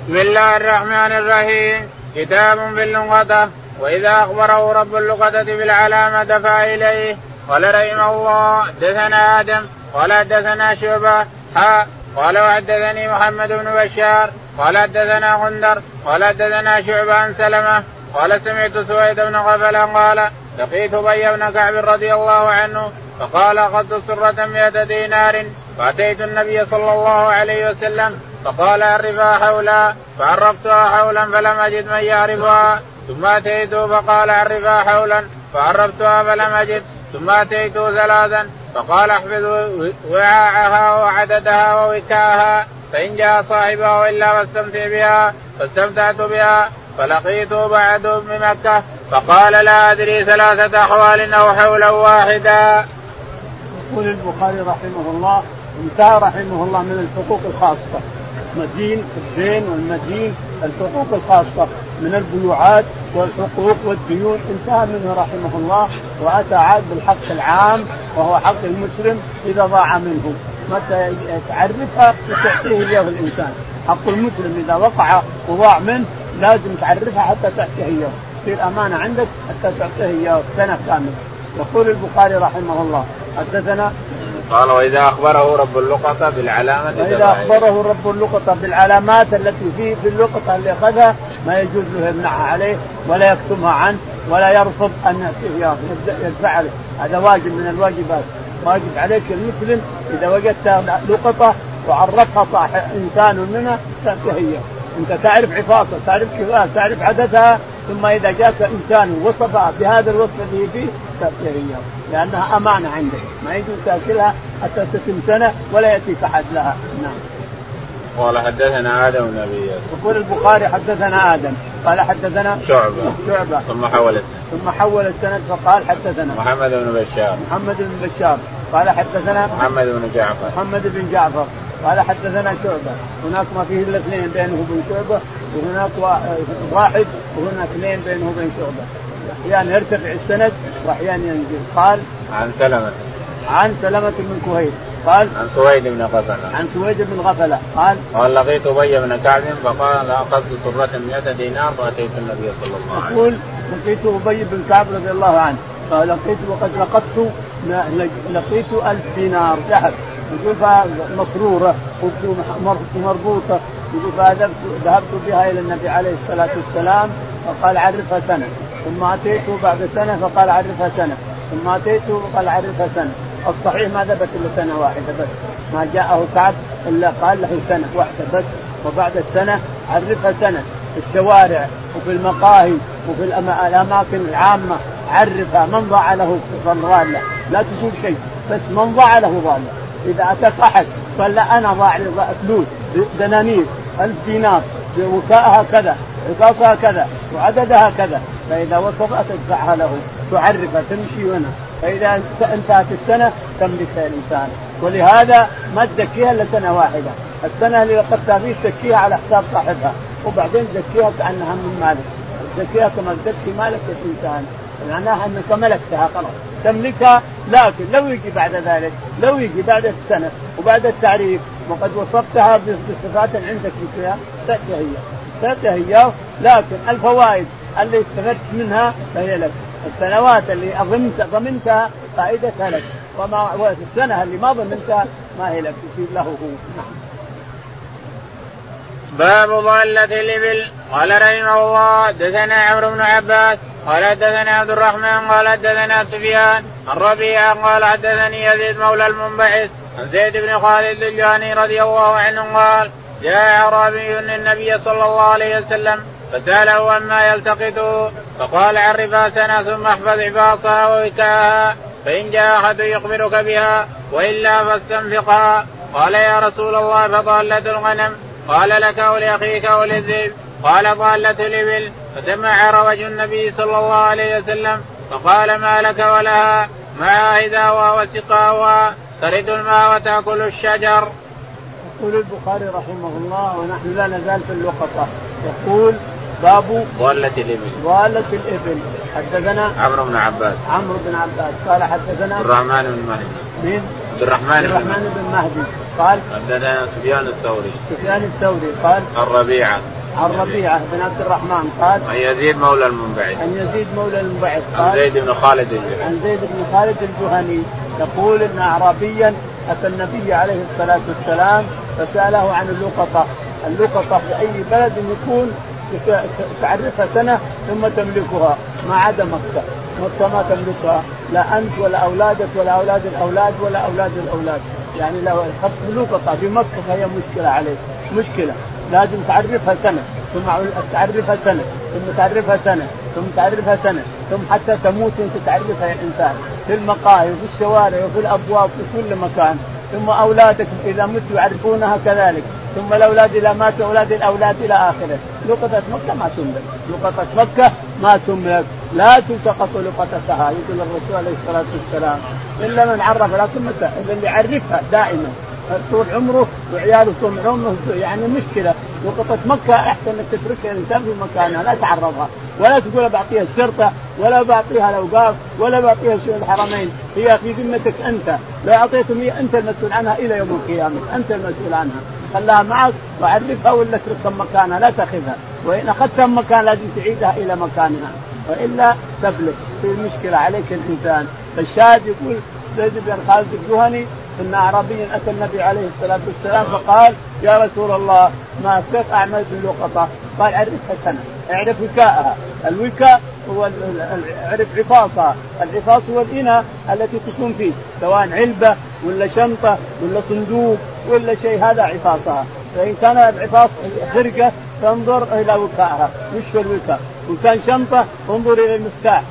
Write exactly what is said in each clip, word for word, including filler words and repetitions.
بسم الله الرحمن الرحيم. كتاب في اللقطة. وإذا أخبره رب اللقطة بالعلامة دفع إليه. قال رحمه الله حدثنا آدم قال حدثنا شعبة حاء قال وحدثني محمد بن بشار قال حدثنا غندر قال حدثنا شعبة عن سلمة قال سمعت سويد بن غفلة قال لقيت أبي بن كعب رضي الله عنه فقال أخذت سرة مئة دينار فأتيت النبي صلى الله عليه وسلم فقال عرفها حولا فعرفتها حولا فلم أجد من يعرفها ثم أتيته فقال عرفها حولا فعرفتها فلم أجد ثم أتيته ثلاثا فقال احفظ وعاءها وعددها ووكاءها فإن جاء صاحبها وإلا فاستمتع بها فاستمتعت بها. فلقيته بعد بمكة فقال لا أدري ثلاثة أحوال أو حولا واحدا. يقول البخاري رحمه الله انتهى رحمه الله من الحقوق الخاصة مدين الدين والمدين الحقوق الخاصة من البيوعات والحقوق والديون انتهى منه رحمه الله وأتى عاد بالحق العام وهو حق المسلم إذا ضاع منه متى تعرفها وتعطيه إياه الإنسان. حق المسلم إذا وقع وضاع منه لازم تعرفها حتى تعطيه إياه تصير أمانة عندك حتى تعطيه إياه سنة كاملة. يقول البخاري رحمه الله حدثنا قال وإذا أخبره رب اللقطة بالعلامة وإذا أخبره رب اللقطة بالعلامات التي في في اللقطة اللي أخذها ما يجوز له يمنعها عليه ولا يكتمها عنه ولا يرفض أن يعطيه يدفع له. هذا واجب من الواجبات. واجب عليك المسلم إذا وجدت لقطة وعرفها صاحب إنسان منها تنتهي أنت تعرف حفاظها تعرف كيفها تعرف عددها ثم إذا جاءك إنسان وصفها بهذا الوصف الذي فيه تنتهي لأنها أمانة عندك ما يجوز تأكلها حتى تتم سنة ولا يأتيك أحد لها. نعم. قال حدثنا آدم النبي. يقول البخاري حدثنا آدم قال حدثنا شعبة شعبة ثم حول ثم حول السند فقال حدثنا محمد بن بشار محمد بن بشار قال حدثنا محمد بن جعفر محمد بن جعفر قال حدثنا شعبة. هناك ما فيه إلا اثنين بينه وبين شعبة وهناك واحد وهناك اثنين بينه وبين شعبة. أحيانا يرتفع السند وأحيانا ينزل. قال عن سلمة عن سلمة بن كهيل قال عن سويد بن غفلة عن سويد بن غفلة قال قال لقيت أبي بن كعب فقال أخذت سرة مئة دينار فأتيت النبي صلى الله عليه وسلم. يقول لقيت أبي بن كعب رضي الله عنه قال لقيت وقد لقطت لقيت ألف دينار ذهب يقول مسرورة مربوطة يقول فذهبت بها إلى النبي عليه الصلاة والسلام فقال عرفها سنة ثم أتيته بعد سنة فقال عرفها سنة ثم أتيته فقال عرفها سنة. الصحيح ما ثبت إلا سنة واحدة بس ما جاءه كعب إلا قال له سنة واحدة بس وبعد السنة عرفها سنة في الشوارع وفي المقاهي وفي الأماكن العامة عرفها من ضاع له ضالة لا تقول شيء بس من ضاع له ضالة. إذا أتاك أحد قال لا أنا ضاع لي فلوس دنانير ألف دينار وكاءها كذا عقاصها كذا وعددها كذا فإذا وصفت تدفعها له تعرفها تمشي هنا فإذا انتهت السنة تملكها الإنسان. ولهذا ما تزكيها إلا سنة واحدة. السنة اللي لقدتها فيه تزكيها على حساب صاحبها وبعدين تزكيها كأنها من مالك تزكيها كما تزكي مالك الإنسان معناها أنك ملكتها خلاص تملكها. لكن لو يجي بعد ذلك لو يجي بعد السنة وبعد التعريف وقد وصفتها بصفات عندك فيها تأتي هي لكن الفوائد اللي استفدت منها فهي لك. السنوات اللي ضمنت ضمنتها فائدتها لك وما السنة اللي ما ضمنتها ما هي لك تصير له هو. باب ضالة الإبل. قال رحمه الله حدثنا عمرو بن عباس قال حدثنا عبد الرحمن قال حدثنا سفيان عن ربيعة قال حدثني يزيد مولى المنبعث عن زيد بن خالد الجهني رضي الله عنه قال جاء أعرابي للنبي صلى الله عليه وسلم فسأله عما يلتقطه فقال عرفها سنة ثم احفظ عفاصها ووكاءها فإن جاء أحد يخبرك بها وإلا فاستنفقها. قال يا رسول الله فضالة الغنم قال لك ولأخيك وللذئب قال ضالة الإبل. فتمعر وجه النبي صلى الله عليه وسلم فقال ما لك ولها معها هداوها وسقاوها ترد الماء وتأكل الشجر. يقول البخاري رحمه الله ونحن لا نزال في اللقطة. يقول باب ضالة الإبل. ضالة الإبل. حدثنا عمرو بن عباس عمرو بن عباس قال حدثنا عبد الرحمن بن مهدي مين عبد الرحمن بن مهدي بن مهدي قال حدثنا سفيان الثوري سفيان الثوري قال الربيعة عن ربيعة بن عبد الرحمن قال عن يزيد مولى المنبعث عن يزيد مولى المنبعث عن زيد بن خالد الجهني عن زيد بن خالد الجهني يقول إن أعرابيا أتى النبي عليه الصلاة والسلام فسأله عن اللقطة. اللقطة في أي بلد يكون تعرفها سنة ثم تملكها ما عدا مكة. مكة ما تملكها لا أنت ولا أولادك ولا أولاد الأولاد ولا أولاد الأولاد. يعني لو أخذت لقطة في مكة فهي مشكلة عليك مشكلة. لازم تعرفها سنة ثم تعرفها سنة ثم تعرفها سنة ثم تعرفها سنة ثم حتى تموت وانت تعرفها يا إنسان في المقاهي وفي الشوارع وفي الأبواب في كل مكان. ثم أولادك إذا متوا يعرفونها كذلك. ثم الأولاد إذا ماتوا أولاد الأولاد إلى آخره. لقطة مكة ما تملك. لقطة مكة ما تملك لا تلتقط لقطتها يقول الرسول عليه الصلاة والسلام إلا من عرف. لكن متى اللي يعرفها دائما طول عمره وعياله طول عمره يعني مشكلة. لقطة مكة أحسن أنك تتركها الإنسان في مكانها لا تعرفها ولا تقول بعطيها الشرطة ولا بعطيها الأوقاف ولا بعطيها شؤون الحرمين. هي في ذمتك أنت لو أعطيتهم هي أنت المسؤول عنها إلى يوم القيامة. أنت المسؤول عنها خلاها معك وعرفها ولا تركها مكانها لا تأخذها. وإن أخذتها مكان لازم تعيدها إلى مكانها وإلا تفلت في مشكلة عليك الإنسان. فالشاهد يقول زيد بن خالد الجهني إن أعرابيا أتى النبي عليه الصلاة والسلام فقال يا رسول الله ما كيف أعمل باللقطة؟ قال عرفها سنة اعرف وكاءها. الوكاء هو عرف عفاصها. العفاص هو الإناء التي تكون فيه سواء علبة ولا شنطة ولا صندوق ولا شيء هذا عفاصها. فإن كان العفاص خرقة فانظر إلى وكاءها مش الوكاء. وكان شنطة انظر إلى المفتاح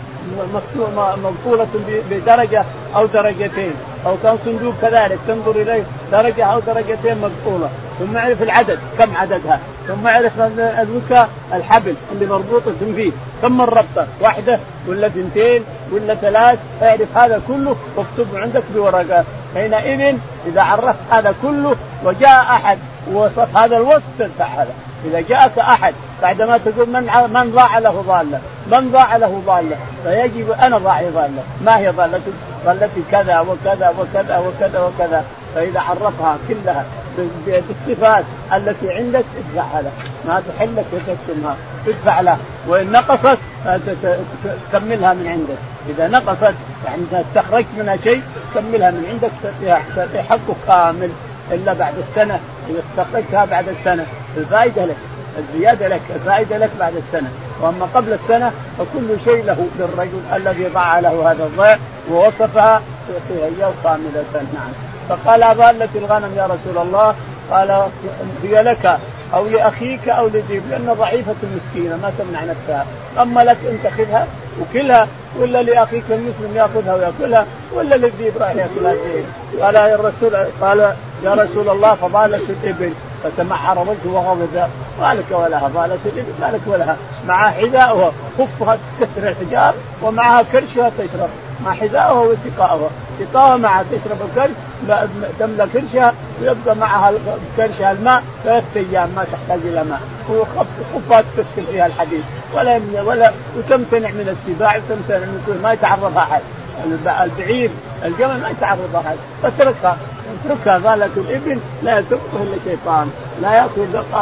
مقفولة بدرجة أو درجتين. أو كان صندوق كذلك تنظر إليه درجة أو درجتين مقفولة. ثم اعرف العدد كم عددها. ثم اعرف الوكاء الحبل اللي مربوطة فيه كم الربطة واحدة ولا اثنتين ولا ثلاث. اعرف هذا كله واكتبه عندك بورقة. حينئذ إذا عرفت هذا كله وجاء أحد ووصف هذا الوصف تنفع هذا. إذا جاءك أحد بعدما تقول من من ضاع له ضالة من ضاع له ضالة فيجب أنا ضاع ضالة. ما هي ضالة؟ ضالتي كذا وكذا وكذا وكذا وكذا. فإذا عرفها كلها بالصفات التي عندك ادفع له. ما تحلك وتكتمها ادفع له. وإن نقصت تكملها من عندك. إذا نقصت يعني إذا استخرجت منها شيء كملها من عندك تعطي حقه كامل إلا بعد السنة. إذا استخرجتها بعد السنة الفائدة لك الزيادة لك الفائدة لك بعد السنة. وأما قبل السنة فكل شيء له للرجل الذي ضاع له هذا الضيع ووصفها يعطيها إياه كاملة. نعم. فقال ضالة الغنم يا رسول الله؟ قال هي لك أو لأخيك أو لذيب لأن ضعيفة مسكينة ما تمنع نفسها. أما لك أنت خذها وكلها ولا لأخيك المسلم يأخذها ويأكلها ولا للذيب راح يأكلها الذيب. قال يا الرسول قال يا رسول الله فضالة الإبل فتمعر وجهه وغضب. مالك ولها ضالة الإبل مالك ولها مع حذاؤها خفها تكسر الحجار ومعها كرشها تشرب مع حذاؤها وسقاؤها سقاؤها مع تشرب الكرش تملى كرشها ويبقى معها كرشها الماء ثلاث أيام ما تحتاج إلى ماء. وخفها تكسر فيها الحديد ولا ولا وتمتنع من السباع وتمتنع من كل ما يتعرضها أحد. البعير الجمل ما يتعرضها أحد فتركها اتركها. ضالة الإبل لا يتركه إلا شيطان لا يأكل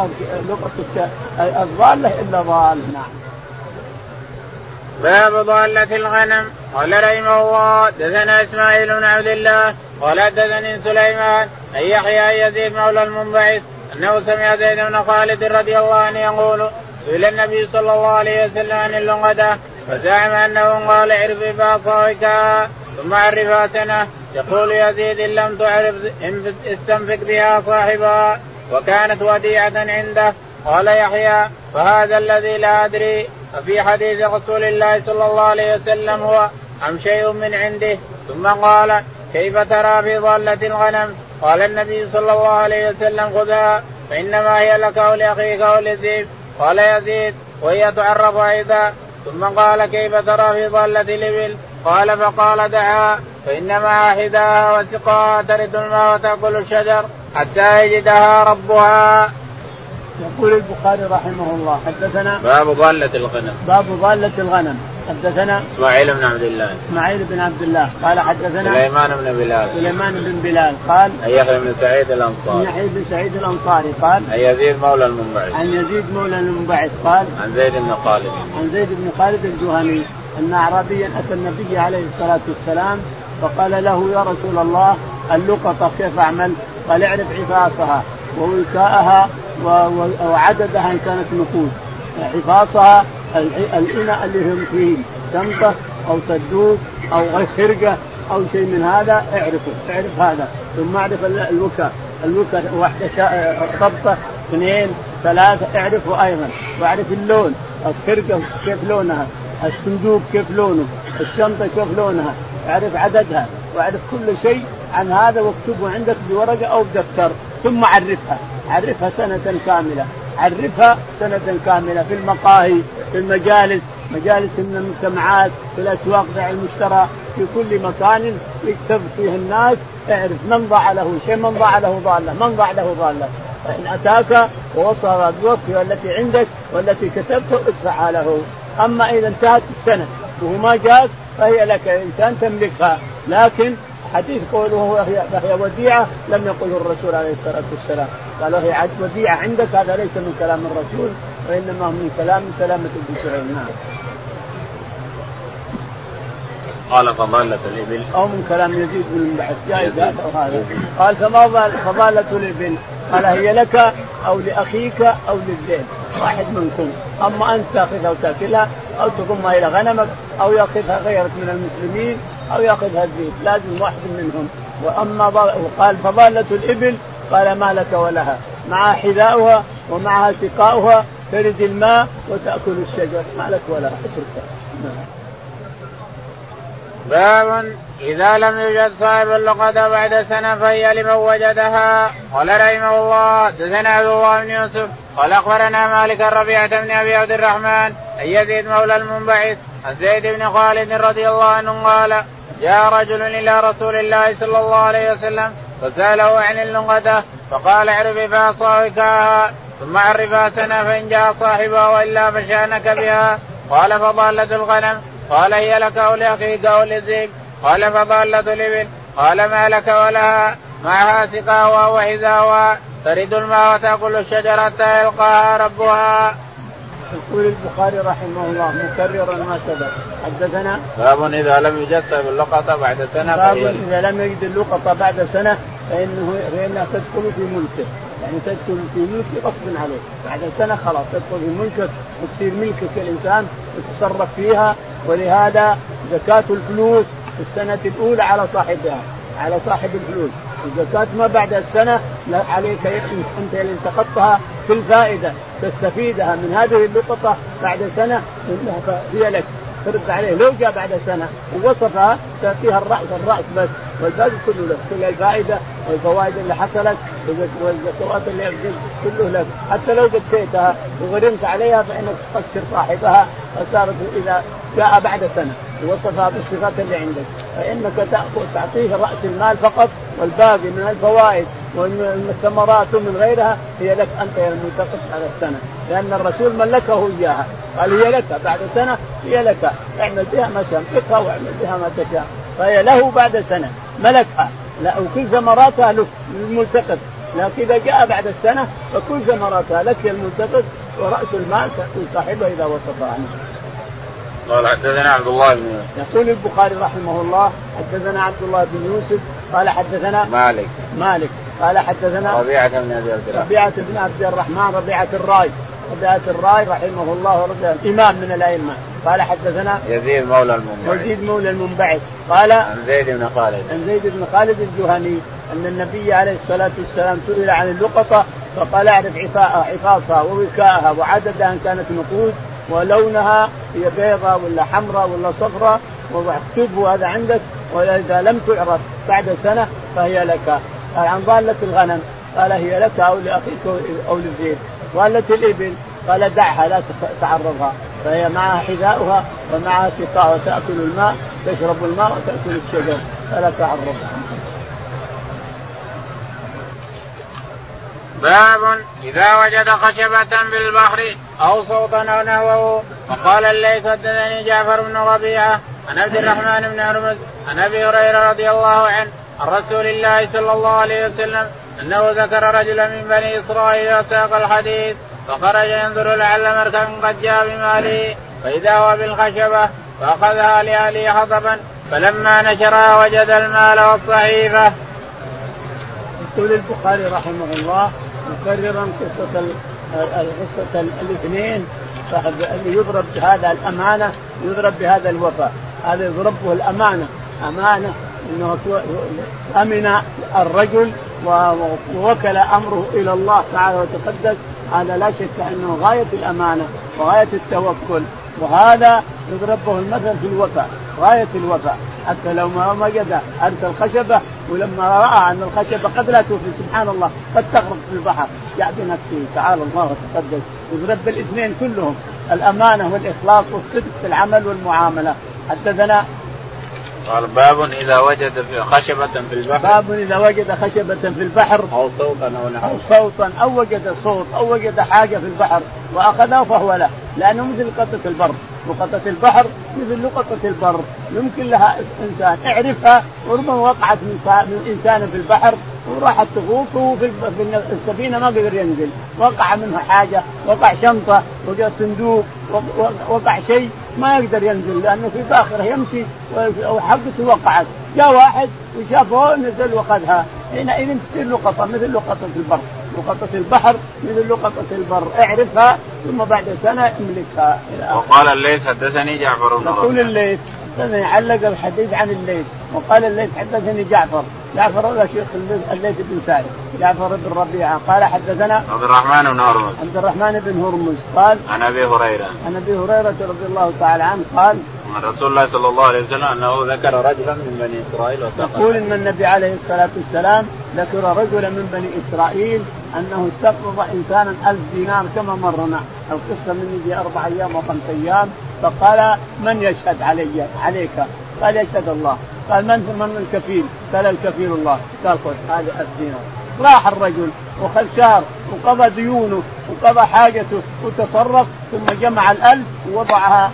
لقطة الضالة إلا ضال. نعم. باب ضالة الغنم. قال رحمه الله دثنا إسماعيل بن عبد الله قال دثني سليمان أن يحيى يزيد مولى المنبعث أنه سمع زيد بن خالد رضي الله عنه يقول سئل النبي صلى الله عليه وسلم عن اللقطة فزعم أنه قال اعرف باصائك ثم عرفها سنة. يقول يزيد إن لم تعرف استنفق بها صاحبها وكانت وديعة عنده. قال يحيى فهذا الذي لا أدري ففي حديث رسول الله صلى الله عليه وسلم هو أم شيء من عنده. ثم قال كيف ترى في ضالة الغنم؟ قال النبي صلى الله عليه وسلم خذها فإنما هي لك ولأخيك وللذئب. قال يزيد وهي تعرف أيضا. ثم قال كيف ترى في ضالة الإبل؟ قال فقال دعها فإنما حذاها وسقاها ترد الماء وتأكل الشجر حتى يجدها ربها. يقول البخاري رحمه الله حدثنا باب ضالة الغنم. باب ضالة الغنم. حدثنا اسماعيل بن عبد الله اسماعيل بن عبد الله قال حدثنا سليمان بن بلال سليمان بن بلال قال عن يحيى بن سعيد الانصاري يحيى بن سعيد الانصاري قال عن يزيد مولى المنبعث عن يزيد مولى المنبعث قال عن زيد بن خالد عن زيد بن خالد الجهني ان اعرابيا اتى النبي عليه الصلاه والسلام فقال له يا رسول الله اللقطه كيف اعمل؟ قال اعرف عفاصها ووكاءها وعددها ان كانت نقود. عفاصها الإناء اللي هم فيه تنطة أو سدود أو خرقة أو شيء من هذا اعرفه اعرف هذا. ثم اعرف الوكاء الوكاء واحدة ربطة اثنين ثلاثة اعرفه أيضا. واعرف اللون الخرقة كيف لونها الصندوق كيف لونه الشنطة كيف لونها اعرف عددها واعرف كل شيء عن هذا واكتبه عندك بورقة أو بدفتر. ثم عرفها عرفها سنة كاملة عرفها سنة كاملة في المقاهي في المجالس مجالس من المجتمعات في الأسواق بيع المشترى في كل مكان يكتب فيه الناس اعرف من ضاع له شيء من ضاع له ضالة من ضاع له ضالة. فإن أتاك ووصل بوصفها التي عندك والتي كتبته ادفعها له. أما إذا انتهت السنة وهو ما جاء فهي لك إنسان تملكها. لكن حديث قوله وهي, وهي وديعة لم يقله الرسول عليه الصلاة والسلام. قال وهي وديعة عندك هذا ليس من كلام الرسول وإنما من كلام سلامة البشرين. قال فضالة الإبل أو من كلام يزيد بن المنبعث جائز هذا. قال فما فضالة الإبل؟ قال هي لك أو لأخيك أو للذئب واحد منكم. أما أنت تأخذها وتأكلها أو تضمها إلى غنمك أو يأخذها غيرك من المسلمين أو يأخذها الذئب لازم واحد منهم. وأما قال فضالة الإبل قال ما لك ولها مع حذاؤها ومعها سقاؤها ترد الماء وتأكل الشجر ما لك ولها اتركها. باب إذا لم يوجد صاحب اللقطة بعد سنة فهي لمن وجدها. قال رحمه الله دثنا عبد الله بن يوسف قال أخبرنا مالك الربيعة بن أبي عبد الرحمن أن يزيد مولى المنبعث عن زيد بن خالد رضي الله عنه قال جاء رجل إلى رسول الله صلى الله عليه وسلم فسأله عن اللقطة فقال اعرف فأصابكها ثم عرفها سنة فإن جاء صاحبها وإلا فشأنك بها. قال فضالة الغنم قال هي لك أو لأخيك أو للذئب. قال فضالة الإبل قال ما لك ولها معها سقاها وحذاها ترد الماء وتأكل الشجرة حتى يلقاها ربها. يقول البخاري رحمه الله مكررا ما سبق حدثنا باب إذا لم يجد صاحب اللقطة بعد سنة باب إذا لم يجد اللقطة بعد سنة فإنه فإنها تدخل في ملكه يعني تدخل في ملكه غصب عليه بعد سنة خلاص تدخل في ملكك وتصير ملكك الإنسان وتصرف فيها. ولهذا زكاة الفلوس في السنة الأولى على صاحبها على صاحب الفلوس. الزكاة ما بعد السنة لا عليك أنت اللي التقطتها في الفائدة تستفيدها من هذه اللقطة بعد سنة هي لك ترد عليه. لو جاء بعد سنة ووصفها تأتيها الرأس الرأس بس والباقي كله لك كل الفائدة والفوائد اللي حصلت والزكوات اللي كله لك. حتى لو زكيتها وغرمت عليها فإنك تخسر صاحبها فصارت إذا جاء بعد سنة ووصفها بالصفات اللي عندك فإنك تأخذ تعطيه رأس المال فقط والباقي من الفوائد ومن الثمرات ومن غيرها هي لك أنت المنتقص على السنة لأن الرسول ملكه إياها قال هي لك بعد سنة هي لك اعمل بها ما شاء ملكها واعمل بها ما تشاء فهي له بعد سنة ملكها لا وكل ثمراتها له الملتقط. لكن إذا جاء بعد السنة فكل ثمراتها لك الملتقط ورأس المال صاحبه إذا وصفها عنه. قال حدثنا عبد الله بن يوسف يقول البخاري رحمه الله حدثنا عبد الله بن يوسف قال حدثنا مالك مالك قال حدثنا ربيعة بن أبي عبد الرحمن ربيعة بن عبد الرحمن ربيعة الراي ربيعة الراي رحمه الله ورضي عنه إمام من الأئمة. قال حدثنا يزيد مولى المنبعث يزيد مولى المنبعث قال عن زيد بن خالد عن زيد بن خالد الجهني أن النبي عليه الصلاة والسلام سئل عن اللقطة فقال اعرف عفاصها ووكاءها وعددها إن كانت نقود ولونها هي بيضاء ولا حمراء ولا صفراء واكتبه هذا عندك. وإذا لم تعرف بعد سنة فهي لك. عن ضالة الغنم قال هي لك أو لأخيك أو للذئب. ضالة الإبل قال دعها لا تعرضها فهي معها حذاؤها ومعها سقاها وتأكل الماء تشرب الماء وتأكل الشجر فلا تعرضها. باب إذا وجد خشبة بالبحر أو صوتا أو نحوه. وقال الليث حدثني جعفر بن ربيعة عن عبد الرحمن بن هرمز عن أبي هريرة رضي الله عنه عن رسول الله صلى الله عليه وسلم أنه ذكر رجلا من بني إسرائيل وساق الحديث فخرج ينظر لعل مركبا قد جاء بماله فإذا هو بالخشبة فأخذها لأهله حطبا فلما نشرها وجد المال والصحيفة. يقول البخاري رحمه الله مكررا قصة القصة الاثنين صاحب اللي يضرب بهذا الأمانة يضرب بهذا الوفاء. هذا يضربه الأمانة أمانة إنه أمن الرجل ووكل أمره إلى الله تعالى وتقدس. هذا لا شك أنه غاية الأمانة وغاية التوكل. وهذا يضربه المثل في الوفاء غاية الوفاء حتى لو ما وجد أرث الخشبة ولما رأى أن الخشبة قد لا توفي سبحان الله قد تغرق في البحر جاء بنفسه تعالى الله وتقدس. يضرب بالاثنين كلهم الأمانة والإخلاص والصدق في العمل والمعاملة. حدثنا قال باب إذا وجد خشبة في البحر باب إذا وجد خشبة في البحر أو صوتا أو, أو صوتا أو وجد صوت أو وجد حاجة في البحر وأخذها فهو له لأنه مثل قطة البر. وقطة البحر مثل لقطة البر يمكن لها إنسان اعرفها وربما وقعت من إنسان في البحر وراحت تغوصه في السفينة ما قدر ينزل وقع منها حاجة وقع شنطة وجاء صندوق وقع شيء ما يقدر ينزل لأنه في باخرة يمشي وحقته وقعت. جاء واحد وشافه نزل وخذها حينئذ تصير لقطة مثل لقطة البر. لقطة البحر مثل لقطة البر اعرفها ثم بعد سنة املكها. وقال الليث حدثني جعفر بن يقول الليث حدثني علق الحديث عن الليث وقال الليث حدثني جعفر جعفر هذا شيخ الليث بن سعد جعفر بن ربيعة قال حدثنا عبد الرحمن بن هرمز عبد الرحمن بن هرمز قال عن أبي هريرة عن أبي هريرة رضي الله تعالى عنه قال عن رسول الله صلى الله عليه وسلم أنه ذكر رجلا من بني إسرائيل يقول إن النبي عليه الصلاة والسلام ذكر رجلا من بني إسرائيل أنه استقرض إنسانا ألف دينار كما مرنا القصة من يجي أربع أيام وخمس أيام فقال من يشهد علي عليك قال يشهد الله. قال من من الكفيل قال الكفيل الله. قال خذ هذه ألف دينار. راح الرجل وخذ شهر وقضى ديونه وقضى حاجته وتصرف ثم جمع الألف ووضعها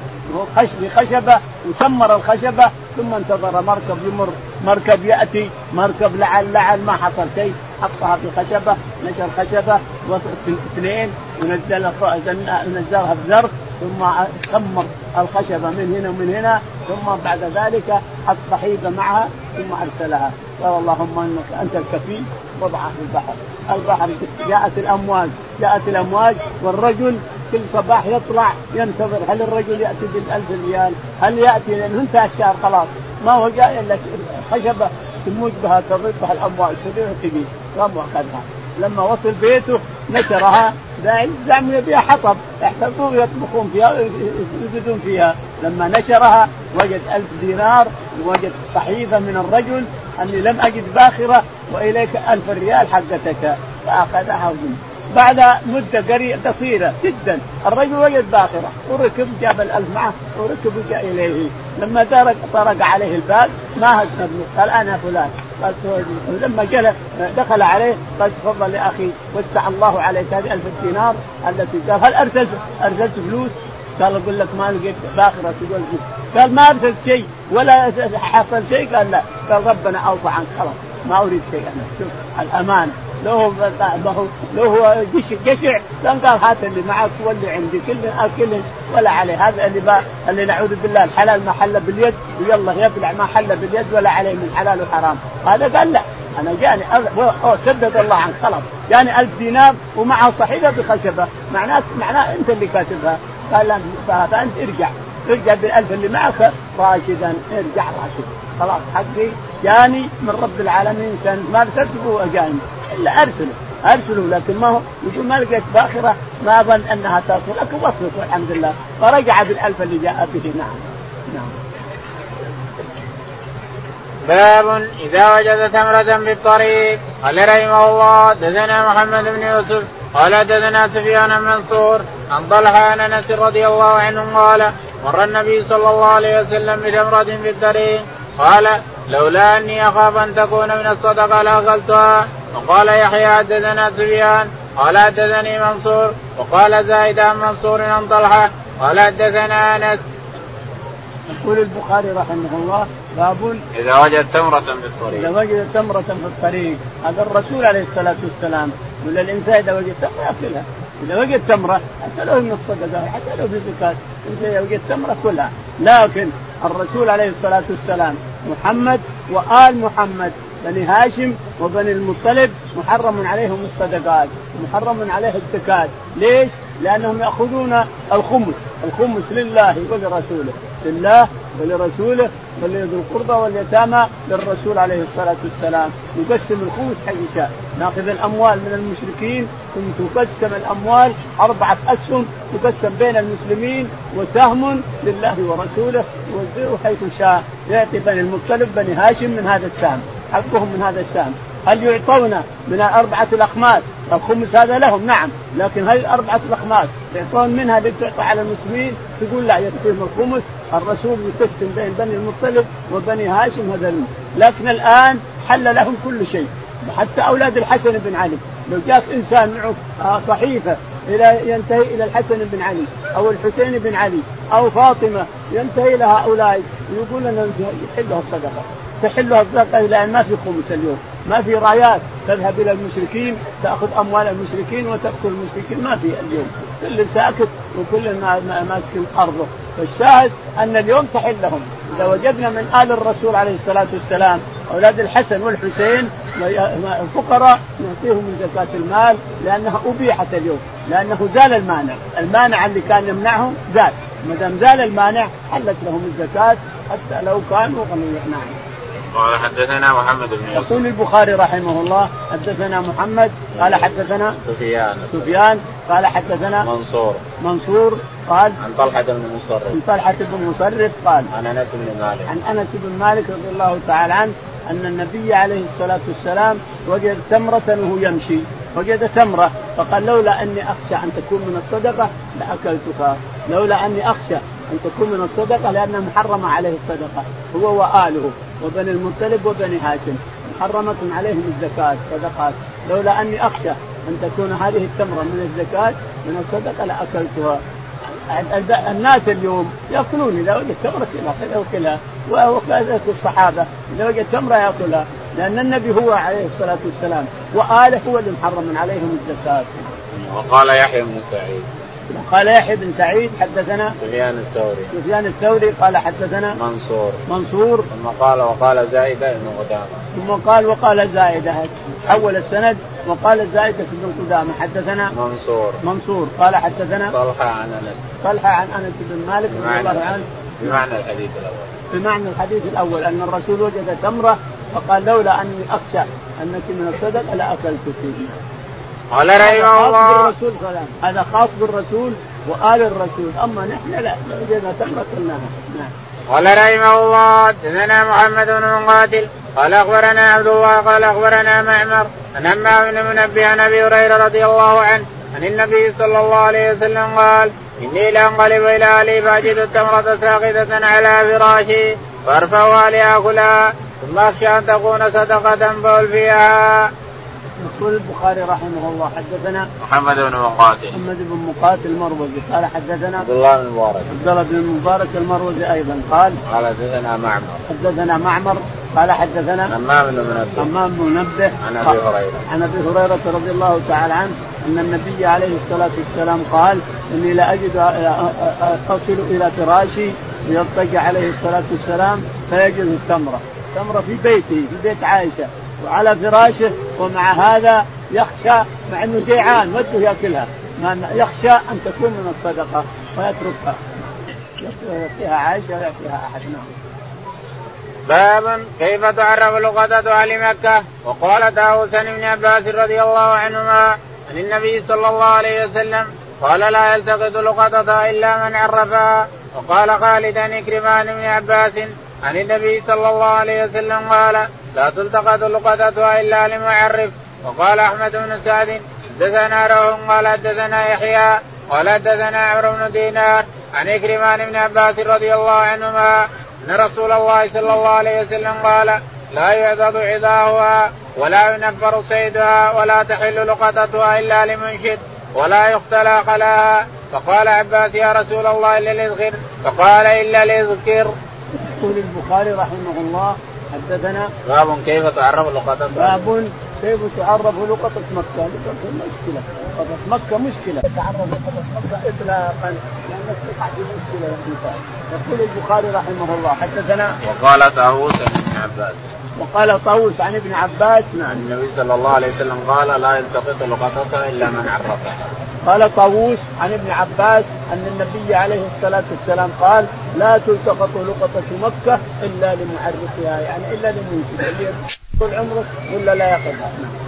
بخشبة وسمر الخشبة ثم انتظر مركب يمر مركب يأتي مركب لعل لعل ما حصل شيء حطها في خشبة نشر خشبة وصلت اثنين ونزلها نزلها في ظرف ثم سمر الخشبة من هنا ومن هنا ثم بعد ذلك حط صحيفة معها ثم أرسلها قال اللهم إنك أنت الكفيل وضعها في البحر. البحر جاءت الأمواج جاءت الأمواج والرجل كل صباح يطلع ينتظر هل الرجل يأتي بالألف ريال هل يأتي لأنه انتهى الشهر خلاص ما هو جاء إلا خشبة تموج بها تضرب بها الأمواج تبيع تبيع قام وأخذها. لما وصل بيته نشرها زعموا بها حطب يحتفظون يطبخون فيها يجدون فيها. لما نشرها وجد ألف دينار ووجد صحيفة من الرجل أني لم أجد باخرة وإليك ألف ريال حقتك فأخذها وجد. بعد مدة قصيرة جدا الرجل وجد باخرة وركب جاب الألف معه وركب وجاء إليه. لما طرق طرق عليه الباب ما هزم قال أنا فلان. قال لما جلس دخل عليه قال تفضل يا أخي وسع الله عليك هذه ألف دينار التي قال هل أرسلت أرسلت فلوس؟ قال أقول لك ما لقيت باخرة تقول قال ما أرسلت شيء ولا حصل شيء قال لا. قال ربنا أوفى عنك خلاص ما أريد شيء أنا شوف الأمان له له هو جشع لم قال هات اللي معك واللي عندي كل كل ولا عليه هذا اللي با اللي نعوذ بالله الحلال ما حل باليد ويلا يبلع ما حل باليد ولا عليه من حلال وحرام. هذا قال لا أنا جاني سدد الله عنك خلاص جاني ألف دينار ومعها صحيفة بخشبة معناه معناه أنت اللي كاتبها. قال لا فأنت ارجع ارجع بالألف اللي معك راشدا ارجع راشد خلاص حقي جاني من رب العالمين كان ما ارسلته أجاني إلا أرسله أرسله لكن ما هو يقول ما لقيت باخرة ما أظن أنها تصل لكن وصلت والحمد لله فرجع بالألف اللي جاء به. نعم نعم. باب إذا وجد تمرة بالطريق. قال رحمه الله دثنا محمد بن يوسف قال دثنا سفيان منصور عن طلحة عن أنس رضي الله عنه قال مر النبي صلى الله عليه وسلم بتمرة بالطريق قال لولا أني أخاف أن تكون من الصدقة لأكلتها. وقال يحيى حدثنا سفيان قال حدثني منصور وقال زايد عن منصور عن طلحة قال حدثنا أنس. يقول البخاري رحمه الله باب إذا وجد تمرة في الطريق. إذا وجد تمرة في الطريق هذا الرسول عليه الصلاة والسلام ولا الإنسان إذا وجد تمرة يأكلها. إذا وجد تمرة حتى لو من الصدقة حتى لو في الزكاة إذا وجد تمرة كلها. لكن الرسول عليه الصلاة والسلام محمد وآل محمد بني هاشم وبني المطلب محرم عليهم الصدقات محرم عليه الزكاة. ليش؟ لأنهم يأخذون الخمس الخمس لله ولرسوله لله ولرسوله ولذي القربى واليتامى للرسول عليه الصلاة والسلام. يقسم الخمس حيث شاء. ناخذ الأموال من المشركين ثم تقسم الأموال أربعة أسهم تقسم بين المسلمين وسهم لله ورسوله يوزعه حيث شاء. يأتي بني المطلب بني هاشم من هذا السهم حقهم من هذا السهم. هل يعطون من أربعة الأخماس الخمس هذا لهم؟ نعم. لكن هل أربعة الأخماس يعطون منها لتعطى على المسلمين؟ تقول لا يكفيهم الخمس. الرسول يقسم بين بني المطلب وبني هاشم هذا المال. لكن الآن حل لهم كل شيء حتى أولاد الحسن بن علي. لو جاء إنسان معه صحيفة إلى ينتهي إلى الحسن بن علي أو الحسين بن علي أو فاطمة ينتهي لها أولاد يقول لنا يحلها الصدقة تحلها الصدقة لأن ما في خمس اليوم ما في رايات تذهب إلى المشركين تأخذ أموال المشركين وتأكل المشركين ما في اليوم. كل ساكت وكل ماسك أرضه. فالشاهد أن اليوم تحل لهم. إذا وجدنا من آل الرسول عليه الصلاة والسلام أولاد الحسن والحسين الفقراء نعطيهم من زكاة المال لأنها أبيحت اليوم لأنه زال المانع. المانع اللي كان يمنعهم زال. ما دام زال المانع حلت لهم الزكاة حتى لو كانوا غنيين. نعم. قال حدثنا محمد بن يوسف. يقول البخاري رحمه الله حدثنا محمد قال حدثنا سفيان سفيان قال حدثنا منصور منصور قال عن طلحة بن مصرف عن طلحة بن مصرف قال عن أنس بن مالك عن أنس بن مالك رضي الله تعالى عنه أن النبي عليه الصلاة والسلام وجد تمرة وهو يمشي وجد تمرة فقال لولا أني أخشى أن تكون من الصدقة لأكلتها. لولا أني أخشى أن تكون من الصدقة لأنها محرمة عليه الصدقة هو وآله وبني المطلب وبني هاشم محرمة عليهم الزكاة صدقات. لولا أني أخشى أن تكون هذه التمرة من الزكاة من الصدقة لأكلتها. الناس اليوم يأكلون إذا وجد تمرة يأكلها وكذلك الصحابة إذا وجد تمرة يأكلها لأن النبي هو عليه الصلاة والسلام وآله هو اللي محرم عليهم الزكاة. وقال يحيى بن سعيد قال يحيى بن سعيد حدثنا سفيان الثوري سفيان الثوري قال حدثنا منصور منصور ثم قال وقال زائدة بن قدامة ثم قال وقال زائدة حول السند وقال زائدة بن قدامة حدثنا منصور منصور قال حدثنا طلحة عن أنس طلحة عن أنس بن مالك رضي الله عنه بمعنى الحديث الأول بمعنى الحديث الأول أن الرسول وجد تمرة فقال لولا أني أخشى أنك من الصدقة لأكلت فيه. قال رحمه الله هذا خاص بالرسول وآل الرسول أما نحن لا وجدنا تمرة كلها. نعم. قال رحمه الله حدثنا محمد بن مقاتل قال أخبرنا عبد الله قال أخبرنا معمر عن همام بن منبه عن أبي هريرة رضي الله عنه عن النبي صلى الله عليه وسلم قال إني لأنقلب إلى أهلي فأجد التمرة ساقطة على فراشي فأرفعها لآكلها ثم أخشى أن تكون صدقة فألفيها. يقول البخاري رحمه الله حدثنا محمد بن مقاتل محمد بن مقاتل المروزي قال حدثنا عبد الله بن المبارك عبد الله بن المبارك المروزي أيضا قال قال حدثنا معمر حدثنا معمر قال حدثنا همام بن منبه همام بن منبه عن أبي هريرة عن أبي هريرة رضي الله تعالى عنه أن النبي عليه الصلاة والسلام قال إني لأجد أصل إلى فراشي يضطجع عليه الصلاة والسلام فيجد التمرة تمرة في بيته في بيت عائشة وعلى فراشه ومع هذا يخشى مع أنه جيعان وده يأكلها يخشى أن تكون من الصدقة ويتركها يأتيها عائشة ويأتيها أحد. باب كيف تعرف لقطة أهل مكة. وقال داوود عن ابن عباس رضي الله عنهما عن النبي صلى الله عليه وسلم قال لا يلتقط لقطة إلا من عرفها. وقال خالد عن إكرمان بن عباس عن النبي صلى الله عليه وسلم قال لا تلتقط لقطتها إلا لمعرف. وقال أحمد بن سعد حدثنا روح قال حدثنا يحيى قال حدثنا عمرو بن دينار عن إكرمان بن عباس رضي الله عنهما أن رسول الله صلى الله عليه وسلم قال لا يعضد عظاها ولا ينفر صيدها ولا تحل لقطتها إلا لمنشد ولا يختلى قلاها. فقال عباس يا رسول الله إلا الإذخر فقال إلا الإذكر. يقول البخاري رحمه الله حدثنا باب كيف تعرف لقطة باب كيف تعرف لقطة مكة. لقطة مشكلة لقطة مكة مشكلة تعرف لقطة مكة إطلاقا لأنك تقع في مشكلة الإنسان. يقول البخاري رحمه الله حدثنا وقال طاووس عن ابن عباس وقال طاووس عن ابن عباس نعم النبي صلى الله عليه وسلم قال لا يلتقط لقطتها إلا من عرفها. قال طاووس عن ابن عباس أن النبي عليه الصلاة والسلام قال لا تلتقط لقطة مكة إلا لمعرفها يعني إلا لمنشد طول عمره ولا لا يأخذها.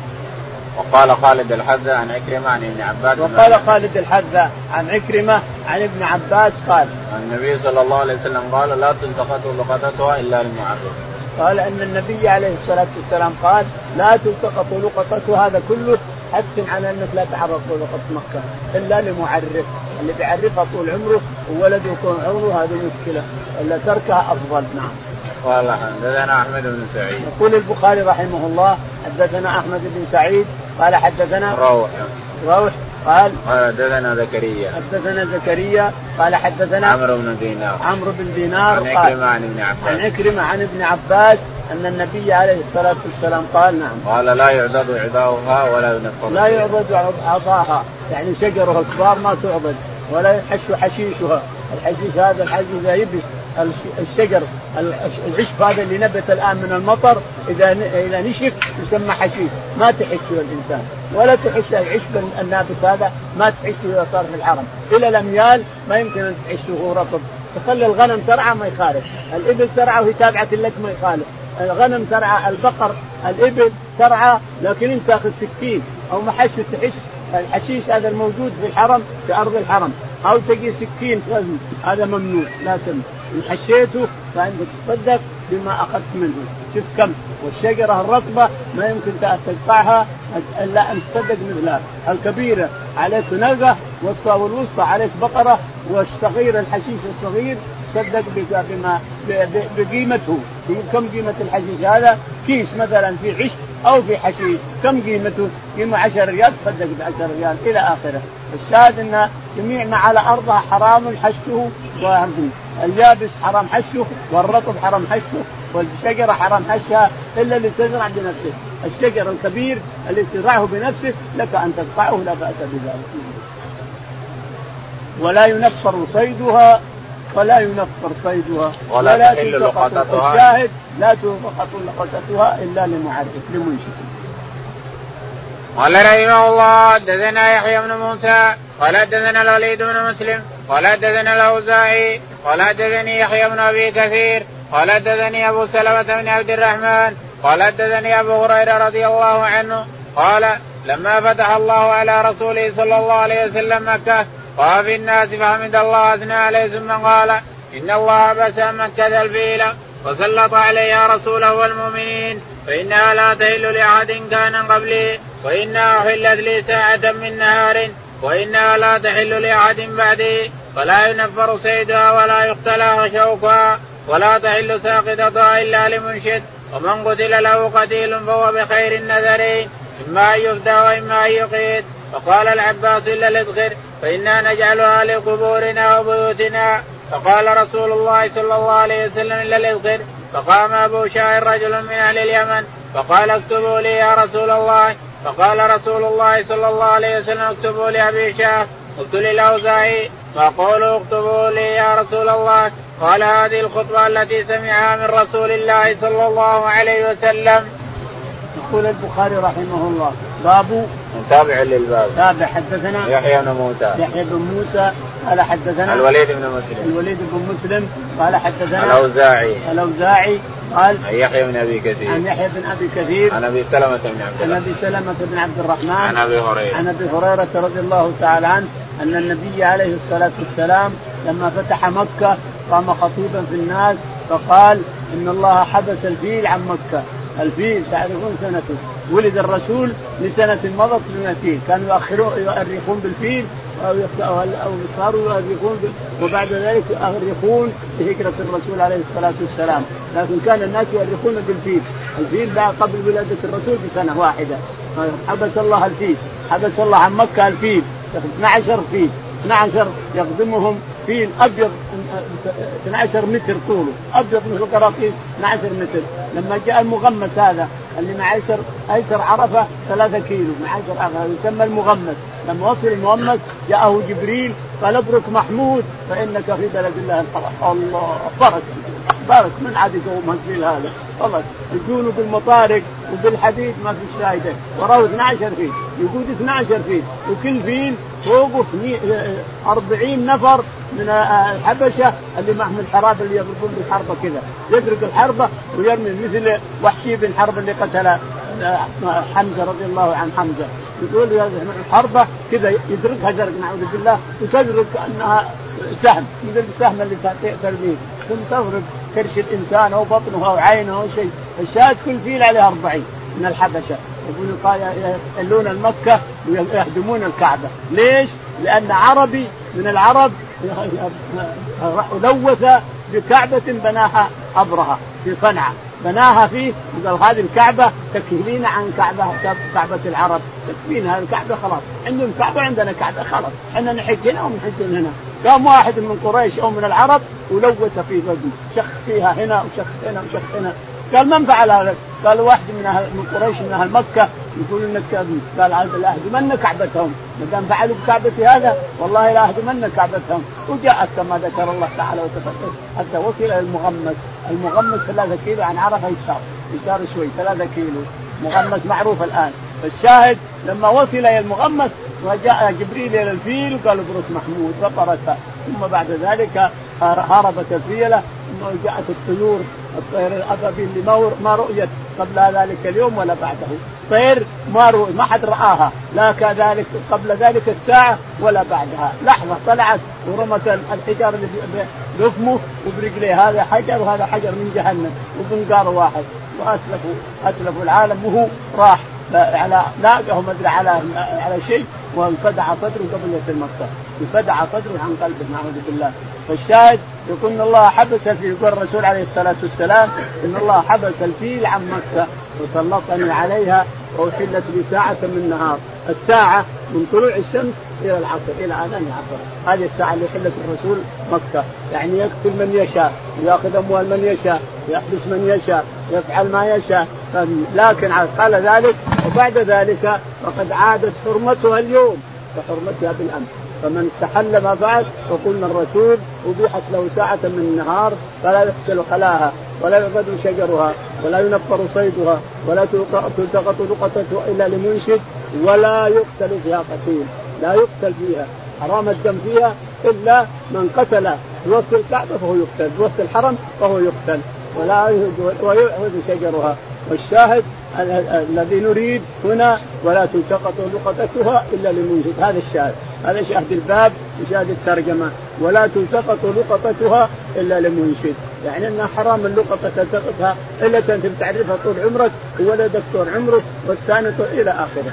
وقال خالد الحذا عن عكرمة عن ابن عباس وقال خالد الحذا عن عكرمة عن ابن عباس قال النبي صلى الله عليه وسلم قال لا تلتقط لقطتها إلا لمعرف. قال أن النبي عليه الصلاة والسلام قال لا تلتقط لقطة هذا كله حث على أنك لا تعرف لقطة مكة إلا لمعرف اللي بيعرفها طول عمره وولده يكون عمره هذه مشكلة إلا تركها أفضل. نعم. قال حدثنا أحمد بن سعيد. يقول البخاري رحمه الله حدثنا أحمد بن سعيد قال حدثنا روح روح قال حدثنا زكريا حدثنا زكريا قال حدثنا عمرو بن دينار عمرو بن دينار عن عكرمة عن ابن عباس عن عكرمة عن ابن عباس أن النبي عليه الصلاة والسلام قال نعم قال لا يعضد عظاها ولا ينفر لا يعضد عظاها يعني شجرها كبار ما تعضد ولا يحش حشيشها. الحشيش هذا الحشيش إذا يبس الشجر العشب هذا اللي نبت الآن من المطر إذا إذا نشف يسمى حشيش ما تحشه الإنسان ولا تحش العشب النابت هذا ما تحشه إذا صار في الحرم إلى الأميال ما يمكن أن تحشه رطب. تخلي الغنم ترعى ما يخالف الإبل ترعى وهي تابعة لك ما يخالف الغنم ترعى البقر الإبل ترعى لكن أنت تأخذ سكين أو محش تحش الحشيش هذا الموجود في الحرم في أرض الحرم أو تجي سكين هذا ممنوع لا تم حشيته فأنت تصدق بما أخذت منه. شوف كم والشجرة الرطبة ما يمكن تقطعها إلا أن تصدق مثلها الكبيرة عليك ناقة والوسطى عليك بقرة والصغير الحشيش الصغير تصدق بما بقيمته. كم قيمة الحشيش هذا كيس مثلا في عشب أو في حشيش كم قيمته قيمة عشر ريال تصدق بعشر ريال إلى آخره. الشاهد أن جميع ما على أرضها حرام حشه اليابس حرام حشه والرطب حرام حشه والشجرة حرام حشها إلا اللي تزرع بنفسه. الشجر الكبير اللي تزرعه بنفسه لك أن تقطعه لا بأس بذلك. ولا ينفر صيدها ولا ينفر صيدها ولا, ولا تحل لقطتها. الشاهد لا تلتقط لقطتها إلا لمعرف لمنشد. قال رحمه الله حدثنا يحيى بن موسى قال حدثنا الوليد بن مسلم قال حدثنا الأوزاعي قال حدثني يحيى بن أبي كثير قال حدثني أبو سلمة بن عبد الرحمن قال حدثني أبو هريرة رضي الله عنه قال لما فتح الله على رسوله صلى الله عليه وسلم مكة قال في الناس فحمد الله أثنى عليه ثم قال إن الله بس مكة الفيل وسلط عليها رسوله والمؤمنين فإنها لا تحل لأحد كان قبلي وإنها أحلت لي ساعة من نهار وإنها لا تحل لأحد بعدي فلا ينفر صيدها ولا يقتلى شوكها ولا تحل ساقطتها إلا لمنشد ومن قتل له قتيل فهو بخير النذرين إما أن يفدى وإما أن يقيد. فقال العباس إلا الإذخر فإنا نجعلها لقبورنا وبيوتنا. فقال رسول الله صلى الله عليه وسلم إلا الإذخر. فقام أبو شاعر رجل من أهل اليمن فقال اكتبوا لي يا رسول الله. فقال رسول الله صلى الله عليه وسلم اكتبوا لي أبي شاه. قلت للأوزاعي ما قولوا اكتبوا لي يا رسول الله؟ قال هذه الخطبة التي سمعها من رسول الله صلى الله عليه وسلم. يقول البخاري رحمه الله باب تابع للباب تابع حدثنا يحيى بن موسى يحيى بن موسى قال حدثنا الوليد بن مسلم الوليد بن مسلم قال حدثنا الأوزاعي الأوزاعي قال عن يحيى بن أبي كثير عن يحيى بن أبي كثير عن أبي سلمة بن عبد عن أبي سلمة بن عبد الرحمن عن أبي هريرة عن أبي هريرة رضي الله تعالى عنه أن النبي عليه الصلاة والسلام لما فتح مكة قام خطيبا في الناس فقال إن الله حبس الفيل عن مكة. الفيل تعرفون سنته ولد الرسول لسنة مضت سنتين كانوا يؤخرون يؤرخون بالفيل أو صاروا يؤرخون وبعد ذلك يؤرخون بهجرة الرسول عليه الصلاة والسلام لكن كان الناس يؤرخون بالفيل الفيل لا قبل ولادة الرسول بسنة واحدة حبس الله الفيل، حبس الله عن مكة الفيل اثنا عشر فيل، اثنا عشر يخدمهم فيل أبيض اثنا عشر متر طوله، أبيض مثل قراطيس اثنا عشر متر. لما جاء المغمس هذا اللي مع أيسر أيسر عرفة ثلاثة كيلو مع أيسر عرفة يسمى المغمس. لما وصل المغمس جاءه جبريل قال ابرك محمود فإنك في بلد الله الحرام. الله بارك بارك من عاد يقوم هالفيل هذا والله يجونه بالمطارق وبالحديد ما في شاهده وراه اثنا عشر فيل، يقود اثنا عشر فيل وكل فيل فوقه أربعين نفر من الحبشة اللي معهم الحراب اللي يضربون بالحربة كذا، يدرك الحربة ويرمي مثل وحشي بن حرب اللي قتل حمزة رضي الله عن حمزة. يقول يا الحربة كذا يدركها درك نعوذ بالله وتدرك أنها سهم مثل السهم اللي ترميه ثم تضرب كرش الإنسان أو بطنه أو عينه أو شيء. الشاهد كل فيل عليه أربعين من الحبشة يقولون يحلون المكة ويهدمون الكعبة. ليش؟ لأن عربي من العرب لوث بكعبة بناها أبرهة في صنعاء بناها فيه قال هذه الكعبة تكفينا عن كعبة كعبة العرب تكفينا هذه الكعبة خلاص عندهم كعبة عندنا كعبة خلاص احنا نحج هنا ونحج هنا. قام واحد من قريش أو من العرب ولوث في بدن شخ فيها هنا وشخ هنا وشخ هنا. قال من فعل هذا؟ قال واحد من أهل من قريش من أهل مكة يقول إنك كاذب. قال عبد الله أهدمن كعبتهم ما دام فعلوا بكعبتي هذا والله لا أهدمن كعبتهم. وجاءت كما ذكر الله تعالى وتفضل حتى وصل إلى المغمس. المغمس ثلاثة كيلو عن عرفة يسار يسار شوي ثلاثة كيلو مغمس معروف الآن. فالشاهد لما وصل إلى المغمس وجاء جبريل إلى الفيل قال ابرك محمود فطرتها. ثم بعد ذلك هربت الفيلة ثم جاءت الطيور الطير الأبابيل اللي ما رؤيت قبل ذلك اليوم ولا بعده. طير ما رؤي ما حد رآها لا كذلك قبل ذلك الساعة ولا بعدها لحظة طلعت ورمت الحجار اللي بفمه وبرجليه هذا حجر وهذا حجر من جهنم وبنقار واحد وأسلفوا أسلفوا العالم وهو راح على لاقه مدري على على شيء وانصدع صدره قبل يصل مكة انصدع صدره عن قلبه نعوذ بالله. فالشاهد يقول إن الله حبس الفيل. يقول الرسول عليه الصلاة والسلام إن الله حبس الفيل عن مكة وسلطني عليها وأحلت لي ساعة من نهار. الساعة من طلوع الشمس إلى العصر إلى آذان العصر هذه الساعة اللي حلت الرسول مكة. يعني يقتل من يشاء ويأخذ أموال من يشاء يحبس من يشاء يفعل ما يشاء. لكن قال ذلك وبعد ذلك فقد عادت حرمتها اليوم كحرمتها بالأمس. فمن استحل ما بعد وقلنا الرسول أبيحت له ساعة من النهار فلا يحصل خلاها ولا يعبد شجرها ولا ينفر صيدها ولا تلتقط لقطتها إلا لمنشد ولا يقتل فيها قتيل. لا يقتل فيها حرام الدم فيها إلا من قتل بوسط الكعبة فهو يقتل بوسط الحرم فهو يقتل ولا يعبد شجرها. والشاهد الذي نريد هنا ولا تلتقط لقطتها إلا لمنشد. هذا الشاهد هذا شاهد الباب وشاهد الترجمة ولا تلتقط لقطتها إلا لمنشد. يعني أن حرام اللقطة تلتقطها إلا أنت تعرفها طول عمرك وولدك طول عمرك والثاني طول إلى آخره.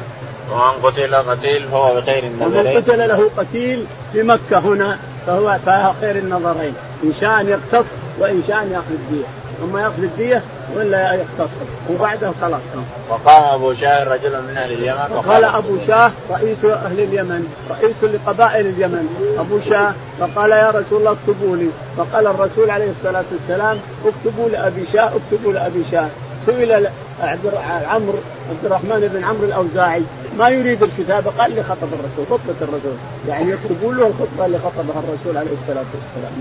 ومن قتل قتيل فهو بخير النظرين. ومن قتل له قتيل في مكة هنا فهو فهو خير النظرين إن شاء يقتص وإن شاء يأخذ الدية. ثم يأخذ الدية ولا يختصر وبعده خلاص. وقام أبو شاه رجل من أهل اليمن وقال أبو شاه رئيس أهل اليمن رئيس لقبائل اليمن أبو شاه فقال يا رسول الله اكتبوا لي. فقال الرسول عليه الصلاة والسلام اكتبوا لأبي شاه اكتبوا لأبي شاه. سئل عمرو عبد الرحمن بن عمرو الأوزاعي ما يريد الكتابة قال لي خطب الرسول خطبة الرسول يعني يكتبوا له الخطبة اللي خطبها الرسول عليه الصلاة والسلام.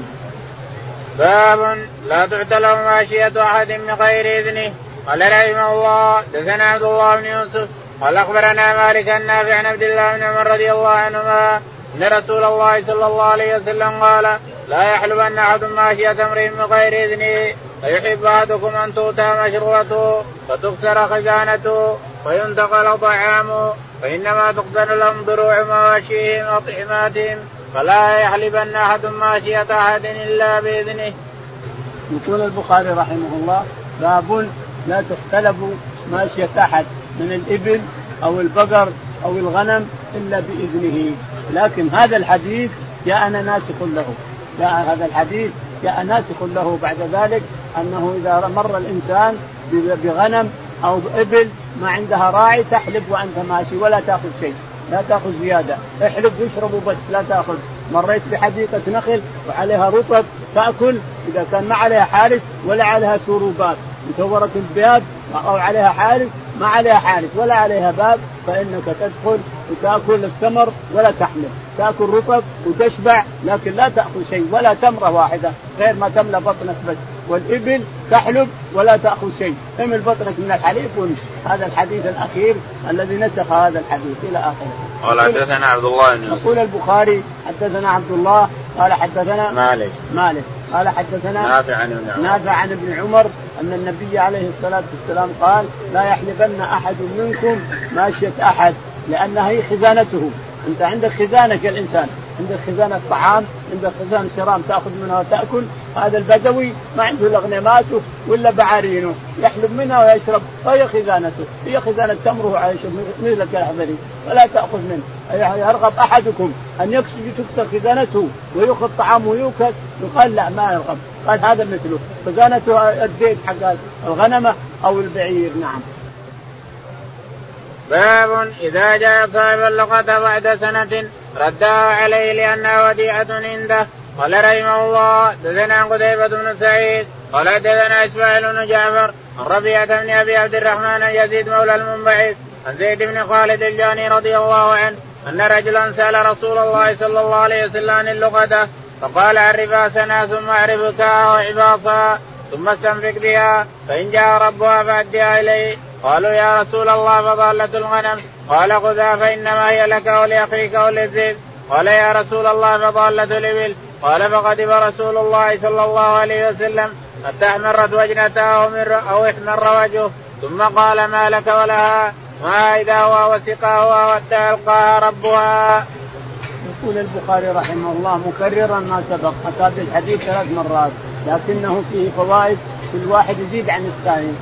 باب لا تعتلى ماشية أحد من غير إذنه. قال رحمه الله دثنا عبد الله بن يوسف قال أخبرنا مالك النافع عن عبد الله بن عمر رضي الله عنهما أن رسول الله صلى الله عليه وسلم قال لا يحلبن أحد ماشية امرئ من غير إذنه فيحب أحدكم أن تؤتى مشروبته فتكسر خزانته وينتقل طعامه فإنما تقتل لهم ضروع مواشيهم وطعماتهم فلا يحلبن أحد ماشية أحد إلا بإذنه. يقول البخاري رحمه الله باب لا تحتلب ماشية أحد من الإبل أو البقر أو الغنم إلا بإذنه. لكن هذا الحديث جاءنا ناسخ له جاء هذا الحديث جاء ناسخ له بعد ذلك أنه إذا مر الإنسان بغنم أو إبل ما عندها راعي تحلب وأنت ماشي ولا تأخذ شيء، لا تأخذ زيادة، احلب واشربوا بس لا تأخذ. مريت بحديقة نخل وعليها رطب تأكل، إذا كان ما عليها حارس ولا عليها سروبات مصورة الباب أو عليها حارس، ما عليها حارس ولا عليها باب، فإنك تدخل وتأكل الثمر ولا تحمل، تأكل رطب وتشبع لكن لا تأخذ شيء ولا تمرة واحدة غير ما تملأ بطنك بس. والإبل تحلب ولا تأخذ شيء، امل بطنك من الحليب وامشي. هذا الحديث الأخير الذي نسخ هذا الحديث إلى آخره. قال حدثنا عبد الله بن يوسف. يقول البخاري حدثنا عبد الله قال حدثنا مالك مالك قال حدثنا نافع عن ابن عمر نافع عن ابن عمر أن النبي عليه الصلاة والسلام قال لا يحلبن أحد منكم ماشية أحد لأنها هي خزانته. أنت عندك خزانة كالإنسان، عندك خزانة طعام، عندك خزانة شراب تأخذ منها وتأكل. هذا البدوي ما عنده لغنماته ولا بعارينه يحلب منها ويشرب، فهي خزانته، هي خزانة تمره عايش مثلك يا حذري ولا تأخذ منه. يرغب أحدكم أن يكسر خزانته ويأخذ طعامه ويوكل؟ يقال لا ما يرغب. قال هذا مثله خزانته الديك حق الغنمة أو البعير. نعم. باب إذا جاء صاحب اللقطة بعد سنة ردها عليه لأنها وديعة عنده. قال رحمه الله دثنا قتيبة بن سعيد قال دثنا إسماعيل بن جعفر عن ربيعة بن أبي عبد الرحمن يزيد مولى المنبعث عن زيد بن خالد الجاني رضي الله عنه أن رجلا سأل رسول الله صلى الله عليه وسلم عن اللقطة فقال عرفها سنة ثم اعرف كاها وعباصها ثم استنفق بها فإن جاء ربها فأديها إليه. قالوا يا رسول الله فضالة الغنم؟ قال خذها فإنما هي لك ولأخيك وللذئب. قال يا رسول الله فضالة الإبل؟ قال فغضب رسول الله صلى الله عليه وسلم حتى احمرت وجنتها أو احمر وجهه ثم قال ما لك ولها ما إذا هو وسقاها حتى يلقاها ربها. يقول البخاري رحمه الله مكررا ما سبق أتى الحديث ثلاث مرات لكنه فيه فوائد كل واحد يزيد عن الثاني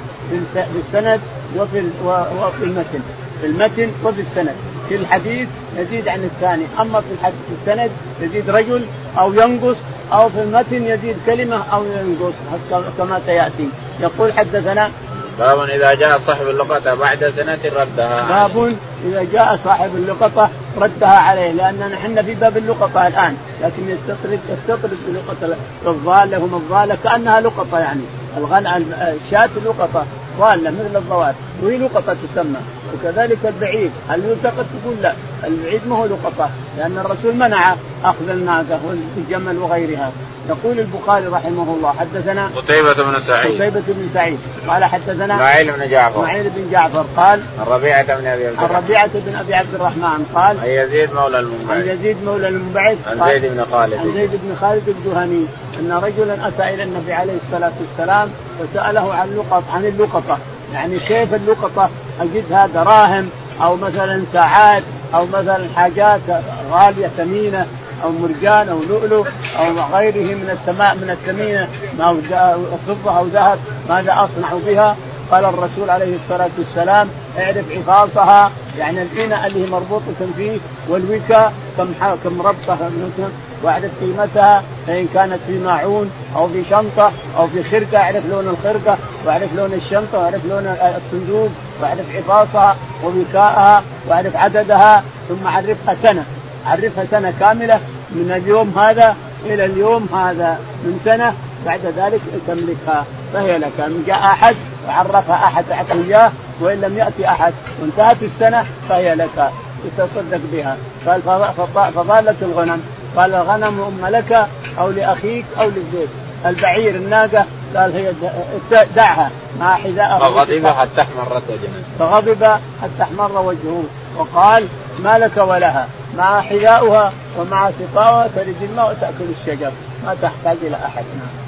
بالسند وفي وفي المتن، في المتن وفي السند. في الحديث يزيد عن الثاني، أما في الحديث السند يزيد رجل أو ينقص، أو في المتن يزيد كلمة أو ينقص كما سيأتي. يقول حدثنا باب إذا جاء صاحب اللقطة بعد سنة ردها. باب إذا جاء صاحب اللقطة ردها عليه، لأننا نحن في باب اللقطة الآن، لكن يستطرد يستطرد بلقطة الضالة هم الضالة كأنها لقطة، يعني الغنم الشاة لقطة ضالة مثل الضوات وهي لقطة تسمى. وكذلك البعير هل يلتقط؟ تقول لا، البعير ما هو لقطة لأن الرسول منع أخذ الناقة والجمل وغيرها. يقول البخاري رحمه الله حدثنا قتيبة بن سعيد قتيبة بن سعيد قال حدثنا إسماعيل بن جعفر إسماعيل بن جعفر قال الربيعة بن أبي عبد الرحمن الربيعة بن أبي عبد الرحمن قال عن يزيد مولى المنبعث عن يزيد مولى المنبعث عن زيد بن خالد عن زيد بن خالد الجهني أن رجلا أتى إلى النبي عليه الصلاة والسلام فسأله عن اللقطة عن اللقطة يعني كيف اللقطة؟ أجدها دراهم أو مثلا ساعات أو مثلا حاجات غالية ثمينة أو مرجان أو لؤلؤ أو غيره من السماء من الثمينة أو فضة أو ذهب، ماذا أصنع بها؟ قال الرسول عليه الصلاة والسلام اعرف عفاصها، يعني الإناء اللي هي مربوطة فيه والوكاء كم كم ربطة واعرف قيمتها، فإن كانت في ماعون أو في شنطة أو في خرقة اعرف لون الخرقة واعرف لون الشنطة واعرف لون الصندوق واعرف عفاصها ووكاءها واعرف عددها، ثم عرفها سنة عرفها سنة كاملة من اليوم هذا إلى اليوم هذا من سنة، بعد ذلك تملكها فهي لك. من جاء أحد وعرفها أحد أعطه إياه، وإن لم يأتي أحد وانتهت السنة فهي لك يتصدق بها. قال فضالة الغنم؟ قال الغنم أم لك أو لأخيك أو للذئب. البعير الناقة قال هي دعها مع حذاءها فغضب حتى احمرت وجهه فغضب حتى احمر وجهه وقال ما لك ولها مع حذاؤها ومع سقاها ترد الماء وتأكل الشجر ما تحتاج إلى أحد.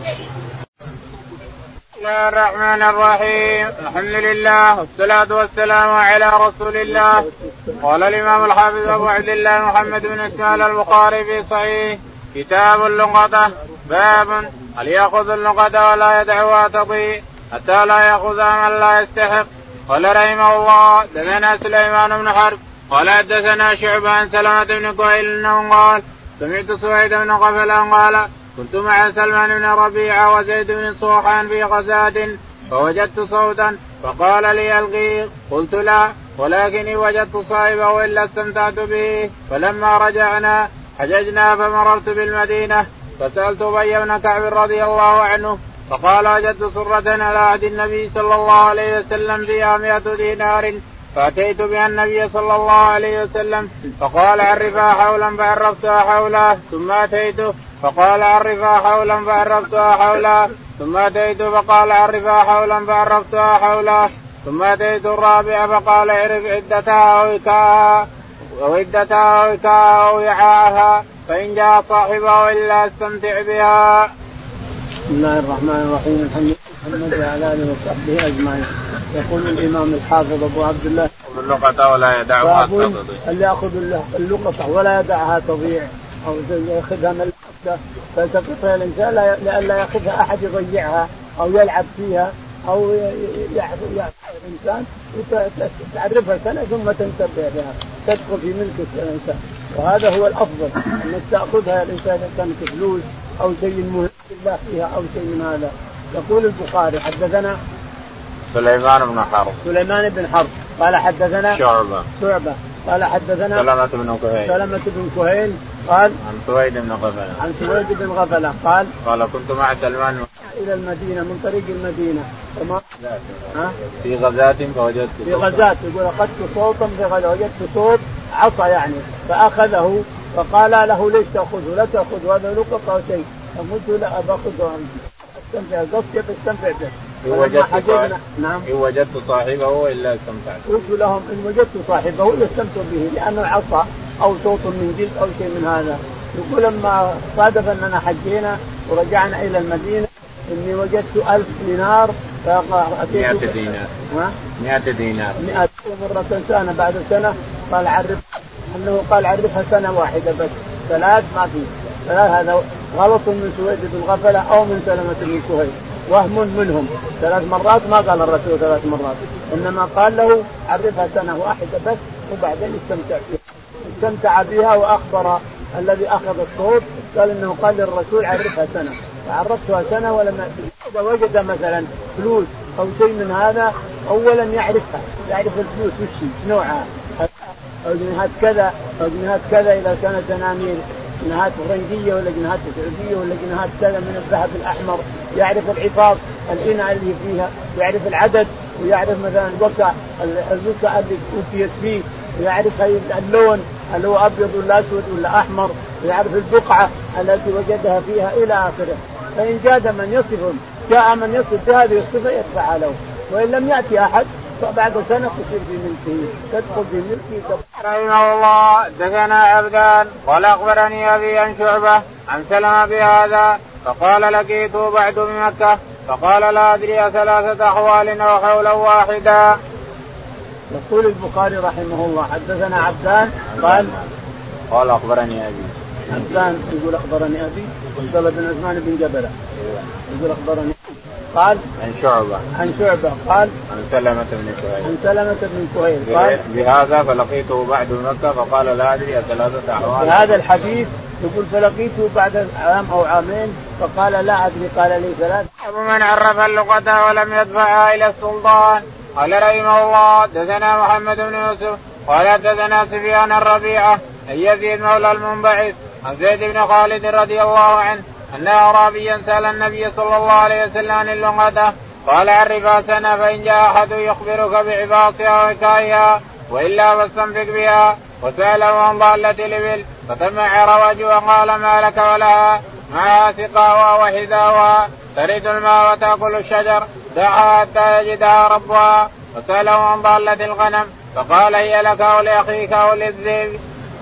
بسم الله الرحمن الرحيم، الحمد لله والصلاة والسلام على رسول الله. قال الإمام الحافظ أبو عبد الله محمد بن إسماعيل البخاري في صحيح كتاب اللقطة باب هل يأخذ اللقطة ولا يدعوها تضيء حتى لا يأخذها من لا يستحق. قال رحمه الله دثنا سليمان بن حرب قال حدثنا شعبة عن سلمة بن كهيل انه قال سمعت سويد بن غفلان قال كنت مع سلمان بن ربيعة وزيد بن صوحان في غزاة فوجدت صوتا فقال لي ألقيه قلت لا ولكني وجدت صاحبه إلا استمتعت به. فلما رجعنا حججنا فمررت بالمدينة فسألت أبي بن كعب رضي الله عنه فقال وجدت سرة على عهد النبي صلى الله عليه وسلم فيها مئة دينار فأتيت بها النبي صلى الله عليه وسلم فقال عرفها حولا فعرفتها حولا ثم أتيته فقال عرفها حولا فعرفتها حولا ثم أتيت فقال عرفها حولا فعرفتها حولا ثم أتيت الرابعة فقال عرف عدتها ووكاءها وعدتها ووكاءها ووعاءها فإن جاء صاحبه إلا استمتع بها. بسم الله الرحمن الرحيم الحمد لله وعلى آله وصحبه أجمعين. يقول الإمام الحافظ أبو عبد الله اللقطة ولا يدعها تضيع اللي يأخذ اللقطة ولا يدعها تضيع أو يأخذها من فالتقطها الإنسان لألا يأخذها أحد يضيعها أو يلعب فيها أو يعرف الإنسان تعرفها سنة ثم تنتبه بها تدخل في ملك الإنسان. وهذا هو الأفضل أنك تأخذها الإنسان كانت فلوس أو شيء مهم الله فيها أو شيء من هذا. يقول البخاري حدثنا سليمان بن حرب سليمان بن حرب قال حدثنا شعبة شعبة قال حدثنا سلمة بن كهيل سلمة بن كهيل قال عن سويد بن غفلة عن سويد بن غفلة قال قال كنت مع سلمان إلى المدينة من طريق المدينة وما في غزاة فوجدت في غزاة يقول أخذت صوتا في غزاة وجدت صوت عصا يعني فأخذه فقال له ليش تأخذه لا تأخذه هذا لقطة أو شيء فقلت لا أخذه استمتع قصدي استمتع به. إن وجدت نعم إن وجدت صاحبه إلا استمتعت. قلت لهم إن وجدت صاحبه إلا استمتع به لأنه عصا أو صوت من جلد أو شيء من هذا. يقول لما صادف أننا حجينا ورجعنا إلى المدينة إني وجدت ألف دينار مئة دينار مئة دينار مئة مرة سنة بعد سنة قال عرف أنه قال عرفها سنة واحدة بس ثلاث ما في ثلاث. هذا غلط من سويد بن غفلة أو من سلمة بن كهيل وهم منهم ثلاث مرات ما قال الرسول ثلاث مرات إنما قال له عرفها سنة واحدة بس وبعدين استمتع بها استمتع بها وأخبر الذي أخذ الصوت قال إنه قال للرسول عرفها سنة فعرفتها سنة ولما إذا وجد مثلا فلوس أو شيء من هذا أولا يعرفها يعرف الفلوس وش نوعها أو جنيهات كذا أو جنيهات كذا إذا كانت دنانير جنيهات فرنجية ولا جنيهات سعودية ولا جنيهات كذا من الذهب الأحمر يعرف العفاف الإناء اللي فيها يعرف العدد ويعرف مثلا الوكا الوكا اللي أوتيت فيه ويعرف اللون اللي هو أبيض ولا أسود ولا أحمر ويعرف البقعة التي وجدها فيها إلى آخره. فإن جاد من يصفهم جاء من يصف بهذه الصفة يدفع له وإن لم يأتي أحد فبعد سنة تصير في ملكه تدخل في ملكه. رحمه الله دثنا عبدان قال أخبرني أبي عن شعبة عن سلمة بهذا فقال لقيته بعد بمكة فقال لا أدري ثلاثة أحوال أو حولا واحدا. يقول البخاري رحمه الله حدثنا عبدان قال قال أخبرني أبي عبدان يقول أخبرني أبي عبد الله بن عثمان بن جبلة يقول أخبرني قال عن شعبة عن شعبة قال عن سلمة بن كهيل عن سلمة بن كهيل قال بهذا فلقيته بعد مكة فقال لا أدري ثلاثة أحوال. هذا الحديث يقول فلقيته بعد عام أو عامين فقال لا أدري قال لي ثلاث. أبو من عرف اللغة ولم يدفعها إلى السلطان. قال رحمه الله دثنا محمد بن يوسف قال دثنا سفيان الربيعة أن يزيد مولى المنبعث عن زيد بن خالد رضي الله عنه أن أعرابيا سأل النبي صلى الله عليه وسلم عن اللغة قال عرفها سنة فإن جاء أحد يخبرك بعباطها وكائها وإلا فاستنفق بها. وسأله عن ضالة الإبل فتمعر وجهه وقال ما لك ولها معها سقاها وحذاها ترد الماء وتأكل الشجر دعها حتى يجدها ربها. وسأله عن ضالة الغنم فقال هي لك ولأخيك وللذئب.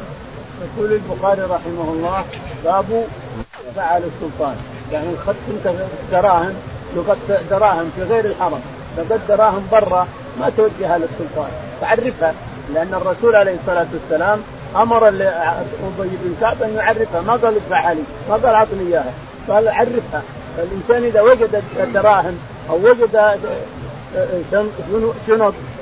يقول البخاري رحمه الله باب فعل السلطان يعني خدت دراهم لقد دراهم في غير الحرم لقد دراهم برا ما توجهها للسلطان تعرفها لأن الرسول عليه الصلاة والسلام أمر أبي بن كعب أن يعرفها ما قال ادفعها لي ما قال أعطني إياها قال عرفها. الإنسان إذا وجد الدراهم أو وجد شنط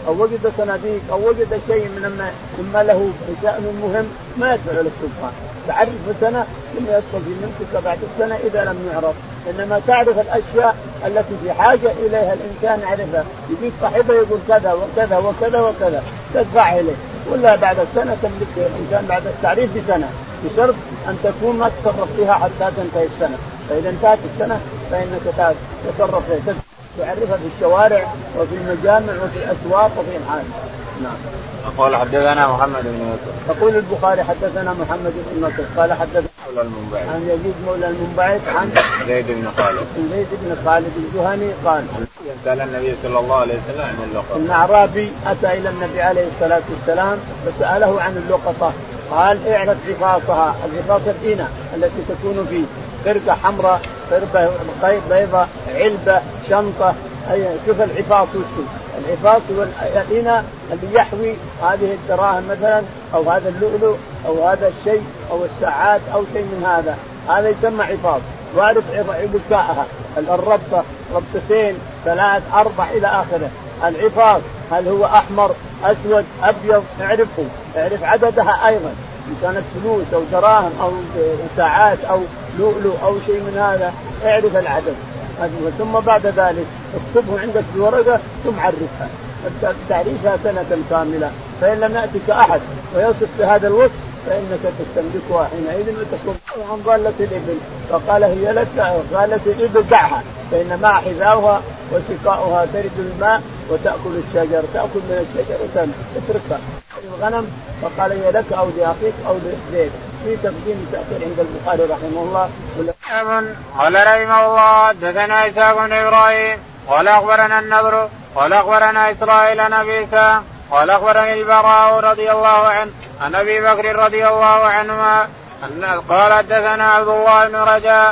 أو وجد صناديق أو وجد شيء مما مما له شأن مهم ما يدفع للسلطان. تعرف سنة ثم يدخل في ملكك بعد السنة إذا لم يعرف. إنما تعرف الأشياء التي في حاجة إليها الإنسان يعرفها، يجيك صاحبه يقول كذا وكذا وكذا وكذا تدفع إليه، ولا بعد السنة تملك الإنسان بعد التعريف بسنة، بشرط أن تكون ما تصرف فيها حتى تنتهي السنة. فإذا انتهت السنة فإنك تتصرف فيها، تعرفها في الشوارع وفي المجامع وفي الأسواق وفي الحال. نعم. قال حدثنا محمد بن يوسف. يقول البخاري حدثنا محمد بن يوسف قال حدثنا مولى المنبعث عن يزيد مولى المنبعث عن زيد بن خالد زيد بن خالد الجهني قال سأل النبي صلى الله عليه وسلم عن اللقطة. إن أعرابي أتى إلى النبي عليه الصلاة والسلام فسأله عن اللقطة، قال اعرف رفاصها، الرفاص الإناء التي تكون فيه خرقة حمراء، خرقة بيضاء، علبة، شنطة، أي شوف العفاص وشو العفاص والإناء اللي يحوي هذه الدراهم مثلا أو هذا اللؤلؤ أو هذا الشيء أو الساعات أو شيء من هذا، هذا يسمى عفاص. واعرف بكاءها، الربطة ربطتين ثلاث أربع إلى آخره. العفاص هل هو أحمر أسود أبيض اعرفه، اعرف عددها أيضا إن كانت فلوس أو دراهم أو ساعات أو لؤلؤ أو شيء من هذا اعرف العدد. ثم بعد ذلك اكتبه عندك بورقة ثم عرفها، تعريفها سنة كاملة. فإن لم يأتك أحد ويصف بهذا الوصف فإنك تستملكها حينئذ وتكون عن ضالة الإبل. فقال هي لك، قالت الإبل دعها فإن مع حذاؤها وسقاؤها ترد الماء وتأكل الشجر، تأكل من الشجر وتتركها. الغنم فقال هي لك أو لأخيك أو لزيد، في تقديم تأخير عند البخاري رحمه الله. قال رحمه الله حدثنا إسحاق بن إبراهيم قال أخبرنا النضر قال أخبرنا إسرائيل عن أبي إسحاق قال أخبرني البراء رضي الله عنه عن أبي بكر رضي الله عنهما قال حدثنا عبد الله بن رجاء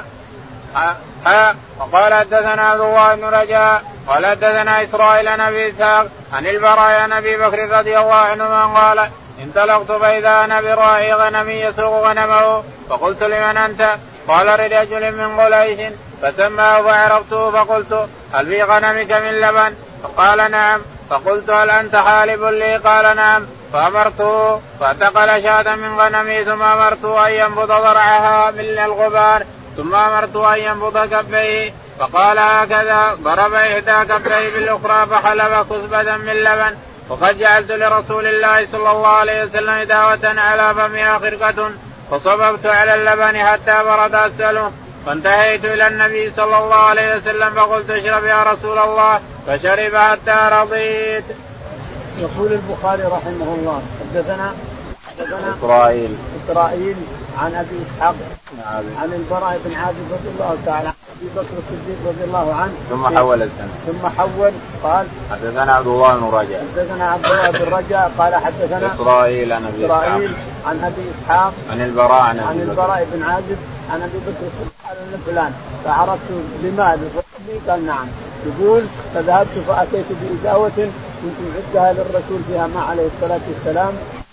وقال حدثنا عبد الله بن رجاء قال حدثنا إسرائيل عن أبي إسحاق عن البراء عن أبي بكر رضي الله عنهما قال انطلقت فإذا أنا براعي غنم يسوق غنمه فقلت لمن أنت؟ قال رجل من قريش فسماه فعرفته فقلت هل في غنمك من لبن؟ فقال نعم. فقلت هل أنت حالب لي؟ قال نعم. فأمرته فانتقل شاة من غنمي ثم أمرته أن ينبض ضرعها من الغبار ثم أمرته أن ينبض كفيه فقال هكذا ضرب إحدى كفيه بالأخرى فحلب كثبة من لبن. وقد جعلت لرسول الله صلى الله عليه وسلم دعوة على فمها خرقة فصببت على اللبن حتى برد أسأله فانتهيت إلى النبي صلى الله عليه وسلم فقلت اشرب يا رسول الله فشرب حتى رضيت. يقول البخاري رحمه الله حدثنا إسرائيل إسرائيل عن أبي إسحاق عن البراء بن عازب رضي الله تعالى أبي بكر الصديق رضي الله عنه ثم حول السنة ثم حول قال حدثنا عبد الله بن رجاء حدثنا عبد الله بن رجاء قال حدثنا إسرائيل عن أبي إسرائيل عن أبي إسحاق عن البراء عن, عن البراء بن عازب عن أبي بكر الصديق قال فلان فعرفت لماذا؟ قال نعم. يقول فذهبت فأتيت بإزاوة كنت معدها للرسول فيها ما عليه الصلاة والسلام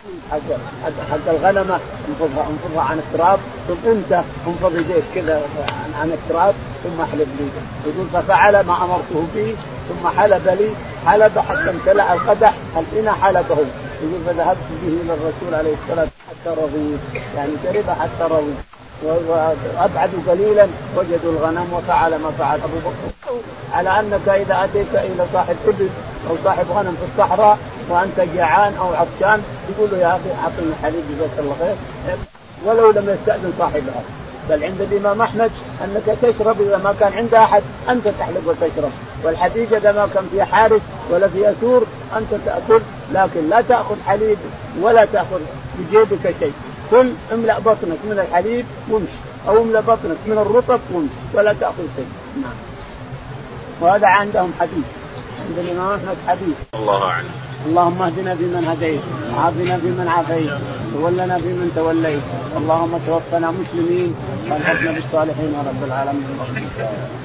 حق حق الغنمة انفضها انفضها عن التراب ثم انت انفض يديك كذا عن التراب ثم احلب لي. يقول ففعل ما امرته به ثم حلب لي حلب حتى امتلأ القدح الإناء حلبه. يقول فذهبت به الى الرسول عليه الصلاة حتى رضيت يعني شرب حتى رضيت. وابعدوا قليلا وجدوا الغنم وفعل ما فعل ابو بكر على انك اذا اتيت الى صاحب ابل او صاحب غنم في الصحراء وانت جعان او عطشان تقول له يا اخي اعطني حليب جزاك الله خير ولو لم يستأذن صاحبها. بل عند الامام احمد انك تشرب اذا ما كان عند احد انت تحلب وتشرب. والحديقه اذا ما كان فيها حارس ولا فيها سور انت تاكل لكن لا تاخذ حليب ولا تاخذ بجيبك شيء. كل املأ بطنك من الحليب وامشي او املأ بطنك من الرطب وامشي ولا تاخذ شيء. نعم. وهذا عندهم حديث عند الإمام أحمد حديث. الله أعلم. اللهم اهدنا فيمن هديت وعافنا فيمن عافيت تولنا فيمن توليت اللهم توفنا مسلمين والحقنا بالصالحين يا رب العالمين.